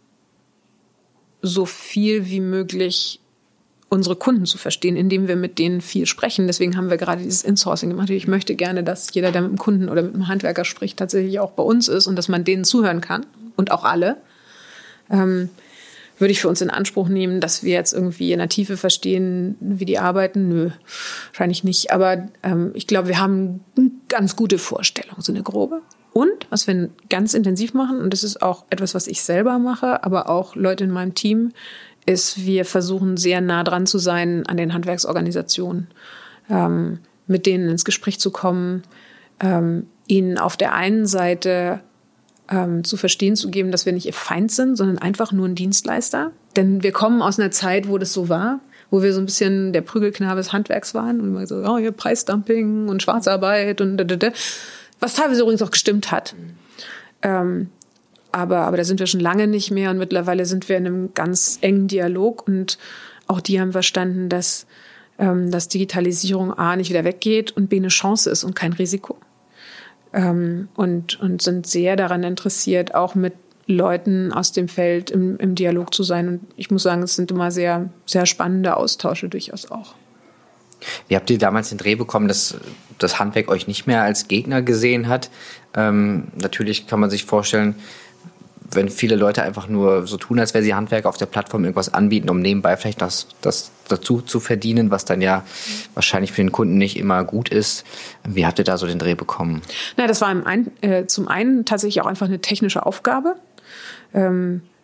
so viel wie möglich unsere Kunden zu verstehen, indem wir mit denen viel sprechen. Deswegen haben wir gerade dieses Insourcing gemacht. Ich möchte gerne, dass jeder, der mit dem Kunden oder mit dem Handwerker spricht, tatsächlich auch bei uns ist und dass man denen zuhören kann und auch alle. Ähm, würde ich für uns in Anspruch nehmen, dass wir jetzt irgendwie in der Tiefe verstehen, wie die arbeiten? Nö, wahrscheinlich nicht. Aber ähm, ich glaube, wir haben eine ganz gute Vorstellung, so eine grobe. Und was wir ganz intensiv machen, und das ist auch etwas, was ich selber mache, aber auch Leute in meinem Team, ist, wir versuchen sehr nah dran zu sein an den Handwerksorganisationen, ähm, mit denen ins Gespräch zu kommen, ähm, ihnen auf der einen Seite ähm, zu verstehen zu geben, dass wir nicht ihr Feind sind, sondern einfach nur ein Dienstleister. Denn wir kommen aus einer Zeit, wo das so war, wo wir so ein bisschen der Prügelknabe des Handwerks waren und immer so, oh, hier Preisdumping und Schwarzarbeit und da, da, da. Was teilweise übrigens auch gestimmt hat. Mhm. Ähm, Aber, aber da sind wir schon lange nicht mehr und mittlerweile sind wir in einem ganz engen Dialog und auch die haben verstanden, dass, ähm, dass Digitalisierung A nicht wieder weggeht und B eine Chance ist und kein Risiko. Ähm, und, und sind sehr daran interessiert, auch mit Leuten aus dem Feld im, im Dialog zu sein. Und ich muss sagen, es sind immer sehr, sehr spannende Austausche durchaus auch. Wie habt ihr damals den Dreh bekommen, dass das Handwerk euch nicht mehr als Gegner gesehen hat? Ähm, natürlich kann man sich vorstellen, wenn viele Leute einfach nur so tun, als wäre sie Handwerker auf der Plattform irgendwas anbieten, um nebenbei vielleicht das, das dazu zu verdienen, was dann ja wahrscheinlich für den Kunden nicht immer gut ist. Wie habt ihr da so den Dreh bekommen? Na, das war im ein, äh, zum einen tatsächlich auch einfach eine technische Aufgabe. Ähm,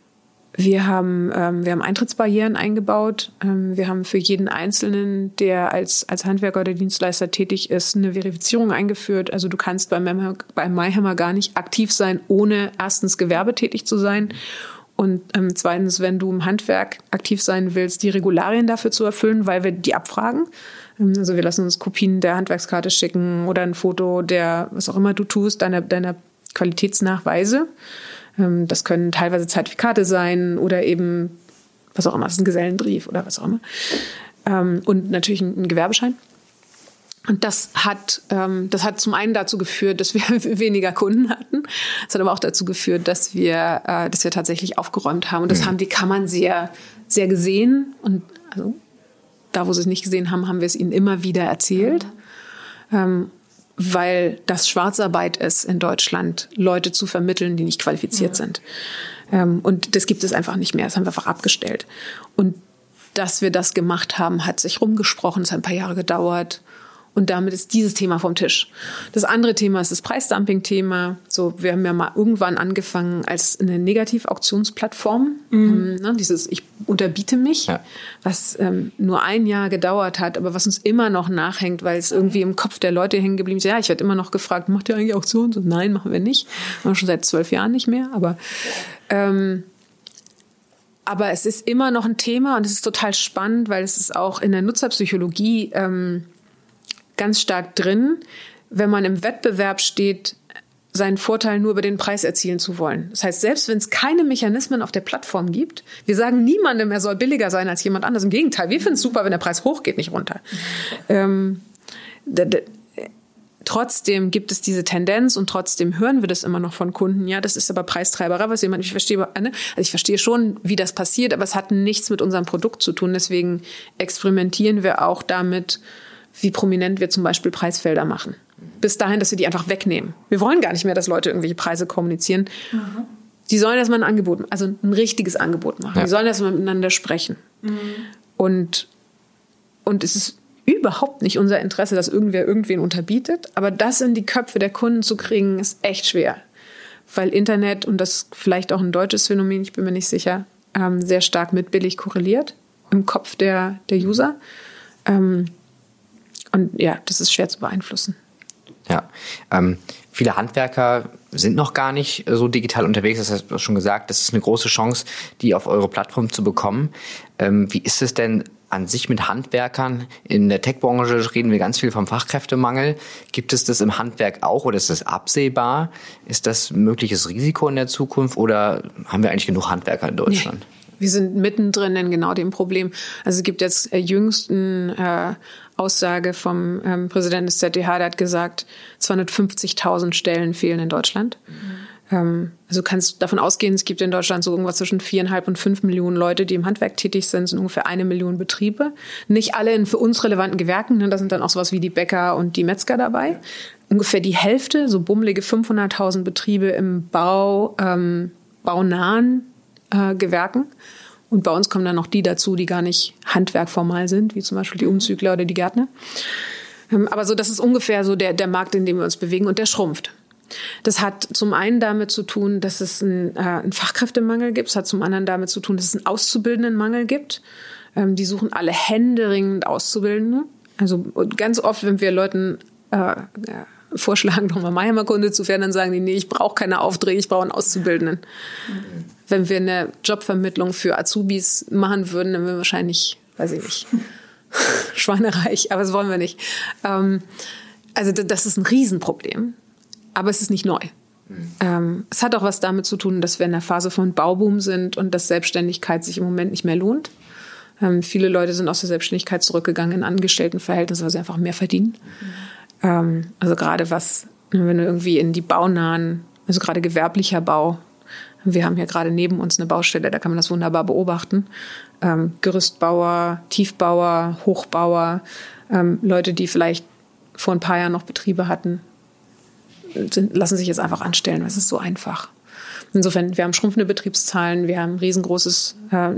Wir haben, ähm, wir haben Eintrittsbarrieren eingebaut. Ähm, wir haben für jeden Einzelnen, der als, als Handwerker oder Dienstleister tätig ist, eine Verifizierung eingeführt. Also du kannst bei, Mem- bei MyHammer gar nicht aktiv sein, ohne erstens gewerbetätig zu sein. Und ähm, zweitens, wenn du im Handwerk aktiv sein willst, die Regularien dafür zu erfüllen, weil wir die abfragen. Ähm, also wir lassen uns Kopien der Handwerkskarte schicken oder ein Foto der, was auch immer du tust, deiner, deiner Qualitätsnachweise. Das können teilweise Zertifikate sein oder eben, was auch immer, das ist ein Gesellenbrief oder was auch immer. Und natürlich ein Gewerbeschein. Und das hat, das hat zum einen dazu geführt, dass wir weniger Kunden hatten. Es hat aber auch dazu geführt, dass wir, dass wir tatsächlich aufgeräumt haben. Und das haben die Kammern sehr, sehr gesehen. Und also, da, wo sie es nicht gesehen haben, haben wir es ihnen immer wieder erzählt. Mhm. Weil das Schwarzarbeit ist in Deutschland, Leute zu vermitteln, die nicht qualifiziert ja. sind. Ähm, und das gibt es einfach nicht mehr. Das haben wir einfach abgestellt. Und dass wir das gemacht haben, hat sich rumgesprochen. Es hat ein paar Jahre gedauert. Und damit ist dieses Thema vom Tisch. Das andere Thema ist das Preisdumping-Thema. So, wir haben ja mal irgendwann angefangen als eine Negativauktionsplattform. Mhm. Ähm, ne, dieses Ich unterbiete mich, ja. was ähm, nur ein Jahr gedauert hat, aber was uns immer noch nachhängt, weil es irgendwie im Kopf der Leute hängen geblieben ist. Ja, ich werde immer noch gefragt, macht ihr eigentlich Auktionen? So, nein, machen wir nicht. Machen wir schon seit zwölf Jahren nicht mehr. Aber ähm, aber es ist immer noch ein Thema und es ist total spannend, weil es ist auch in der Nutzerpsychologie ähm, ganz stark drin, wenn man im Wettbewerb steht, seinen Vorteil nur über den Preis erzielen zu wollen. Das heißt, selbst wenn es keine Mechanismen auf der Plattform gibt, wir sagen niemandem, er soll billiger sein als jemand anderes. Im Gegenteil, wir finden es super, wenn der Preis hochgeht, nicht runter. Ähm, d- d- trotzdem gibt es diese Tendenz und trotzdem hören wir das immer noch von Kunden. Ja, das ist aber Preistreiberei, was jemand, ich verstehe, also ich verstehe schon, wie das passiert, aber es hat nichts mit unserem Produkt zu tun. Deswegen experimentieren wir auch damit, wie prominent wir zum Beispiel Preisfelder machen. Bis dahin, dass wir die einfach wegnehmen. Wir wollen gar nicht mehr, dass Leute irgendwelche Preise kommunizieren. Mhm. Die sollen erstmal ein Angebot, also ein richtiges Angebot machen. Ja. Die sollen erstmal miteinander sprechen. Mhm. Und, und es ist überhaupt nicht unser Interesse, dass irgendwer irgendwen unterbietet. Aber das in die Köpfe der Kunden zu kriegen, ist echt schwer. Weil Internet, und das ist vielleicht auch ein deutsches Phänomen, ich bin mir nicht sicher, ähm, sehr stark mit billig korreliert im Kopf der, der User. Ähm, Und ja, das ist schwer zu beeinflussen. Ja, ähm, viele Handwerker sind noch gar nicht so digital unterwegs. Das hast du schon gesagt, das ist eine große Chance, die auf eure Plattform zu bekommen. Ähm, wie ist es denn an sich mit Handwerkern? In der Tech-Branche reden wir ganz viel vom Fachkräftemangel. Gibt es das im Handwerk auch oder ist das absehbar? Ist das ein mögliches Risiko in der Zukunft oder haben wir eigentlich genug Handwerker in Deutschland? Nee. Wir sind mittendrin in genau dem Problem. Also es gibt jetzt äh, jüngsten äh, Aussage vom ähm, Präsidenten des Z D H, der hat gesagt, zweihundertfünfzigtausend Stellen fehlen in Deutschland. Mhm. Ähm, also du kannst davon ausgehen, es gibt in Deutschland so irgendwas zwischen viereinhalb und fünf Millionen Leute, die im Handwerk tätig sind, es sind ungefähr eine Million Betriebe. Nicht alle in für uns relevanten Gewerken, ne? Da sind dann auch sowas wie die Bäcker und die Metzger dabei. Ungefähr die Hälfte, so bummelige fünfhunderttausend Betriebe im Bau, ähm, baunahen Äh, Gewerken. Und bei uns kommen dann noch die dazu, die gar nicht handwerkformal sind, wie zum Beispiel die Umzügler oder die Gärtner. Ähm, aber so, das ist ungefähr so der, der Markt, in dem wir uns bewegen und der schrumpft. Das hat zum einen damit zu tun, dass es einen, äh, einen Fachkräftemangel gibt. Es hat zum anderen damit zu tun, dass es einen Auszubildendenmangel gibt. Ähm, die suchen alle händeringend Auszubildende. Also ganz oft, wenn wir Leuten äh, ja, vorschlagen, nochmal MyHammer-Kunde zu werden, dann sagen die, nee, ich brauche keine Aufträge, ich brauche einen Auszubildenden. Mhm. Wenn wir eine Jobvermittlung für Azubis machen würden, dann wären wir wahrscheinlich, weiß ich nicht, schweinereich, aber das wollen wir nicht. Ähm, also das ist ein Riesenproblem, aber es ist nicht neu. Mhm. Ähm, es hat auch was damit zu tun, dass wir in der Phase von Bauboom sind und dass Selbstständigkeit sich im Moment nicht mehr lohnt. Ähm, viele Leute sind aus der Selbstständigkeit zurückgegangen in Angestelltenverhältnisse, weil sie einfach mehr verdienen. Mhm. Ähm, also gerade was, wenn du irgendwie in die baunahen, also gerade gewerblicher Bau, wir haben hier gerade neben uns eine Baustelle, da kann man das wunderbar beobachten. Ähm, Gerüstbauer, Tiefbauer, Hochbauer, ähm, Leute, die vielleicht vor ein paar Jahren noch Betriebe hatten, sind, lassen sich jetzt einfach anstellen, weil es ist so einfach. Insofern, wir haben schrumpfende Betriebszahlen, wir haben ein riesengroßes äh,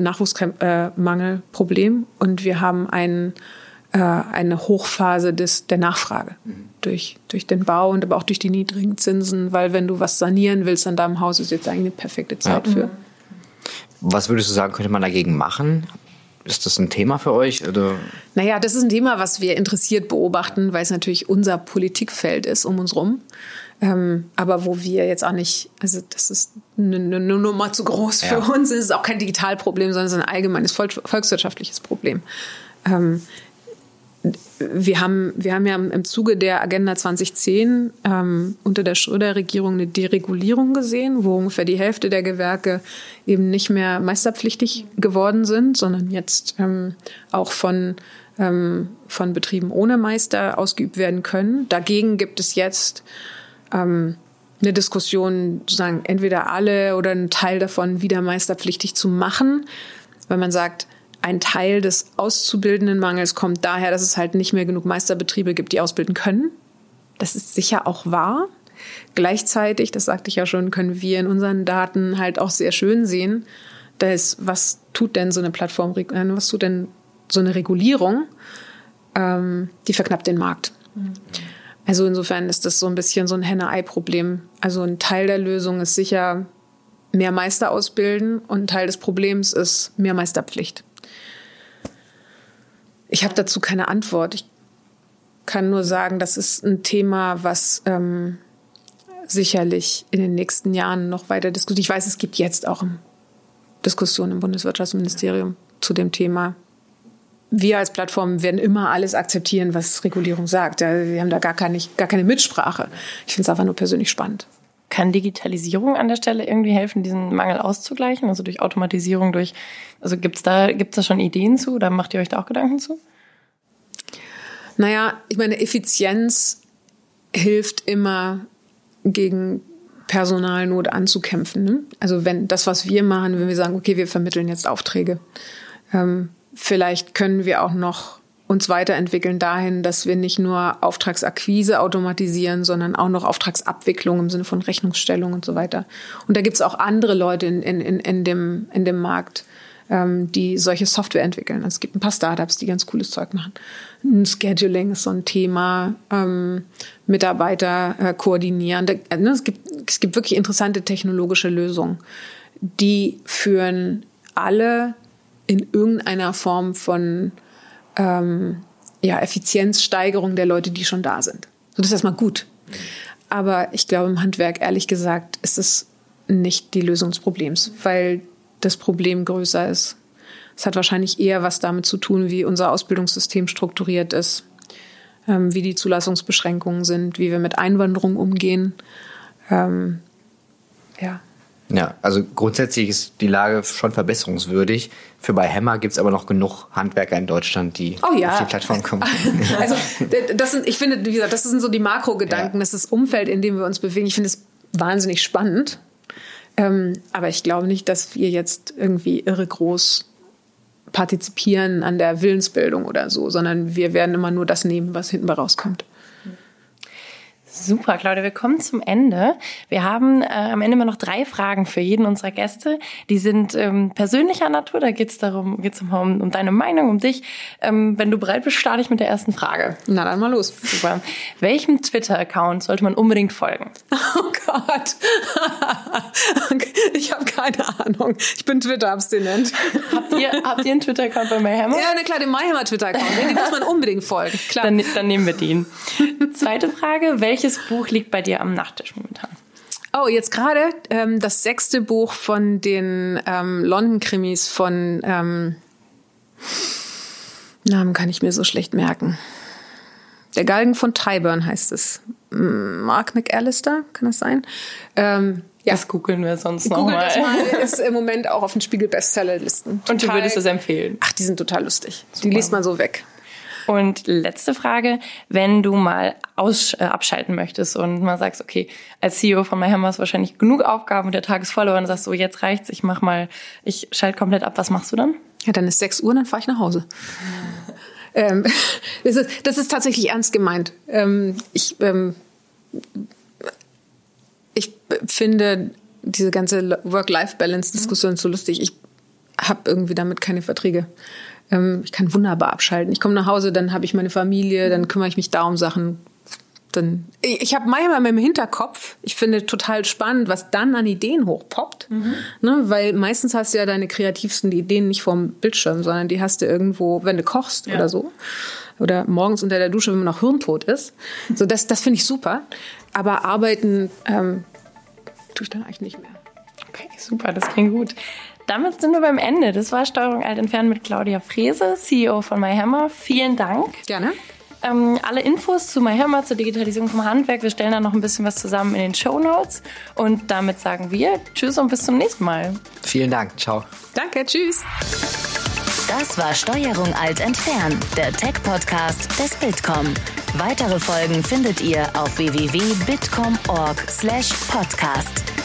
Nachwuchsmangelproblem und wir haben ein, äh, eine Hochphase des, der Nachfrage mhm. durch, durch den Bau und aber auch durch die niedrigen Zinsen, weil wenn du was sanieren willst an deinem Haus, ist jetzt eigentlich eine perfekte Zeit ja. für. Was würdest du sagen, könnte man dagegen machen? Ist das ein Thema für euch? Oder? Naja, das ist ein Thema, was wir interessiert beobachten, weil es natürlich unser Politikfeld ist um uns rum. Ähm, aber wo wir jetzt auch nicht, also das ist eine, eine Nummer zu groß für ja. uns. Es ist auch kein Digitalproblem, sondern es ist ein allgemeines volkswirtschaftliches Problem. Ähm, wir haben, wir haben ja im Zuge der Agenda zwanzig zehn ähm, unter der Schröder-Regierung eine Deregulierung gesehen, wo ungefähr die Hälfte der Gewerke eben nicht mehr meisterpflichtig geworden sind, sondern jetzt ähm, auch von, ähm, von Betrieben ohne Meister ausgeübt werden können. Dagegen gibt es jetzt ähm, eine Diskussion, sozusagen entweder alle oder einen Teil davon wieder meisterpflichtig zu machen, weil man sagt, ein Teil des Auszubildendenmangels kommt daher, dass es halt nicht mehr genug Meisterbetriebe gibt, die ausbilden können. Das ist sicher auch wahr. Gleichzeitig, das sagte ich ja schon, können wir in unseren Daten halt auch sehr schön sehen, dass, was tut denn so eine Plattform, was tut denn so eine Regulierung? Ähm, die verknappt den Markt. Mhm. Also insofern ist das so ein bisschen so ein Henne-Ei-Problem. Also ein Teil der Lösung ist sicher mehr Meister ausbilden und ein Teil des Problems ist mehr Meisterpflicht. Ich habe dazu keine Antwort. Ich kann nur sagen, das ist ein Thema, was ähm, sicherlich in den nächsten Jahren noch weiter diskutiert. Ich weiß, es gibt jetzt auch Diskussionen im Bundeswirtschaftsministerium zu dem Thema. Wir als Plattform werden immer alles akzeptieren, was Regulierung sagt. Wir haben da gar keine, gar keine Mitsprache. Ich finde es einfach nur persönlich spannend. Kann Digitalisierung an der Stelle irgendwie helfen, diesen Mangel auszugleichen? Also durch Automatisierung, durch, also gibt's da, gibt's da schon Ideen zu? Oder macht ihr euch da auch Gedanken zu? Naja, ich meine, Effizienz hilft immer, gegen Personalnot anzukämpfen. Ne? Also wenn das, was wir machen, wenn wir sagen, okay, wir vermitteln jetzt Aufträge, ähm, vielleicht können wir auch noch uns weiterentwickeln dahin, dass wir nicht nur Auftragsakquise automatisieren, sondern auch noch Auftragsabwicklung im Sinne von Rechnungsstellung und so weiter. Und da gibt es auch andere Leute in, in, in, dem, in dem Markt, ähm, die solche Software entwickeln. Also es gibt ein paar Startups, die ganz cooles Zeug machen. Ein Scheduling ist so ein Thema, ähm, Mitarbeiter äh, koordinieren. Da, ne, es gibt, es gibt wirklich interessante technologische Lösungen, die führen alle in irgendeiner Form von Ähm, ja, Effizienzsteigerung der Leute, die schon da sind. So, das ist erstmal gut. Aber ich glaube, im Handwerk, ehrlich gesagt, ist es nicht die Lösung des Problems, weil das Problem größer ist. Es hat wahrscheinlich eher was damit zu tun, wie unser Ausbildungssystem strukturiert ist, ähm, wie die Zulassungsbeschränkungen sind, wie wir mit Einwanderung umgehen. Ähm, ja. Ja, also grundsätzlich ist die Lage schon verbesserungswürdig. Für bei Hemmer gibt es aber noch genug Handwerker in Deutschland, die oh ja. auf die Plattform kommen. Also das sind, ich finde, wie gesagt, das sind so die Makrogedanken, ja. Das ist das Umfeld, in dem wir uns bewegen. Ich finde es wahnsinnig spannend. Ähm, aber ich glaube nicht, dass wir jetzt irgendwie irre groß partizipieren an der Willensbildung oder so, sondern wir werden immer nur das nehmen, was hinten bei rauskommt. Super, Claudia, wir kommen zum Ende. Wir haben äh, am Ende immer noch drei Fragen für jeden unserer Gäste. Die sind ähm, persönlicher Natur, da geht es darum, geht's um, um deine Meinung, um dich. Ähm, wenn du bereit bist, starte ich mit der ersten Frage. Na dann mal los. Super. Welchem Twitter-Account sollte man unbedingt folgen? Oh Gott. Ich habe keine Ahnung. Ich bin Twitter-abstinent. Habt ihr, habt ihr einen Twitter-Account bei MyHammer? Ja, na klar, den MyHammer Twitter-Account. Den muss man unbedingt folgen. Klar. Dann, dann nehmen wir den. Zweite Frage. Welches Buch liegt bei dir am Nachttisch momentan? Oh, jetzt gerade ähm, das sechste Buch von den ähm, London-Krimis von ähm, Namen kann ich mir so schlecht merken. Der Galgen von Tyburn heißt es. Mark McAllister, kann das sein? Ähm, ja. Das googeln wir sonst noch Google mal. Das mal. Ist im Moment auch auf den Spiegel-Bestsellerlisten. Und du würdest das empfehlen? Ach, die sind total lustig. Super. Die liest man so weg. Und letzte Frage, wenn du mal aus, äh, abschalten möchtest und mal sagst, okay, als C E O von MyHammer hast du wahrscheinlich genug Aufgaben und der Tag ist voll, aber dann sagst du, jetzt reicht's, ich mach mal, ich schalte komplett ab, was machst du dann? Ja, dann ist sechs Uhr, dann fahre ich nach Hause. ähm, das, ist, das ist tatsächlich ernst gemeint. Ähm, ich, ähm, ich finde diese ganze Work-Life-Balance-Diskussion mhm. so lustig. Ich habe irgendwie damit keine Verträge. Ich kann wunderbar abschalten. Ich komme nach Hause, dann habe ich meine Familie, dann kümmere ich mich da um Sachen. dann, ich habe manchmal im Hinterkopf, ich finde total spannend, was dann an Ideen hochpoppt, mhm. ne, weil meistens hast du ja deine kreativsten Ideen nicht vorm Bildschirm, sondern die hast du irgendwo, wenn du kochst ja. oder so. Oder morgens unter der Dusche, wenn man noch hirntot ist. So, das, das finde ich super. Aber arbeiten ähm, tue ich dann eigentlich nicht mehr. Okay, super, das klingt gut. Damit sind wir beim Ende. Das war Steuerung Alt entfernen mit Claudia Frese, C E O von MyHammer. Vielen Dank. Gerne. Ähm, alle Infos zu MyHammer, zur Digitalisierung vom Handwerk, wir stellen da noch ein bisschen was zusammen in den Shownotes. Und damit sagen wir Tschüss und bis zum nächsten Mal. Vielen Dank. Ciao. Danke. Tschüss. Das war Steuerung Alt entfernen, der Tech-Podcast des Bitkom. Weitere Folgen findet ihr auf w w w punkt bitkom punkt org slash podcast.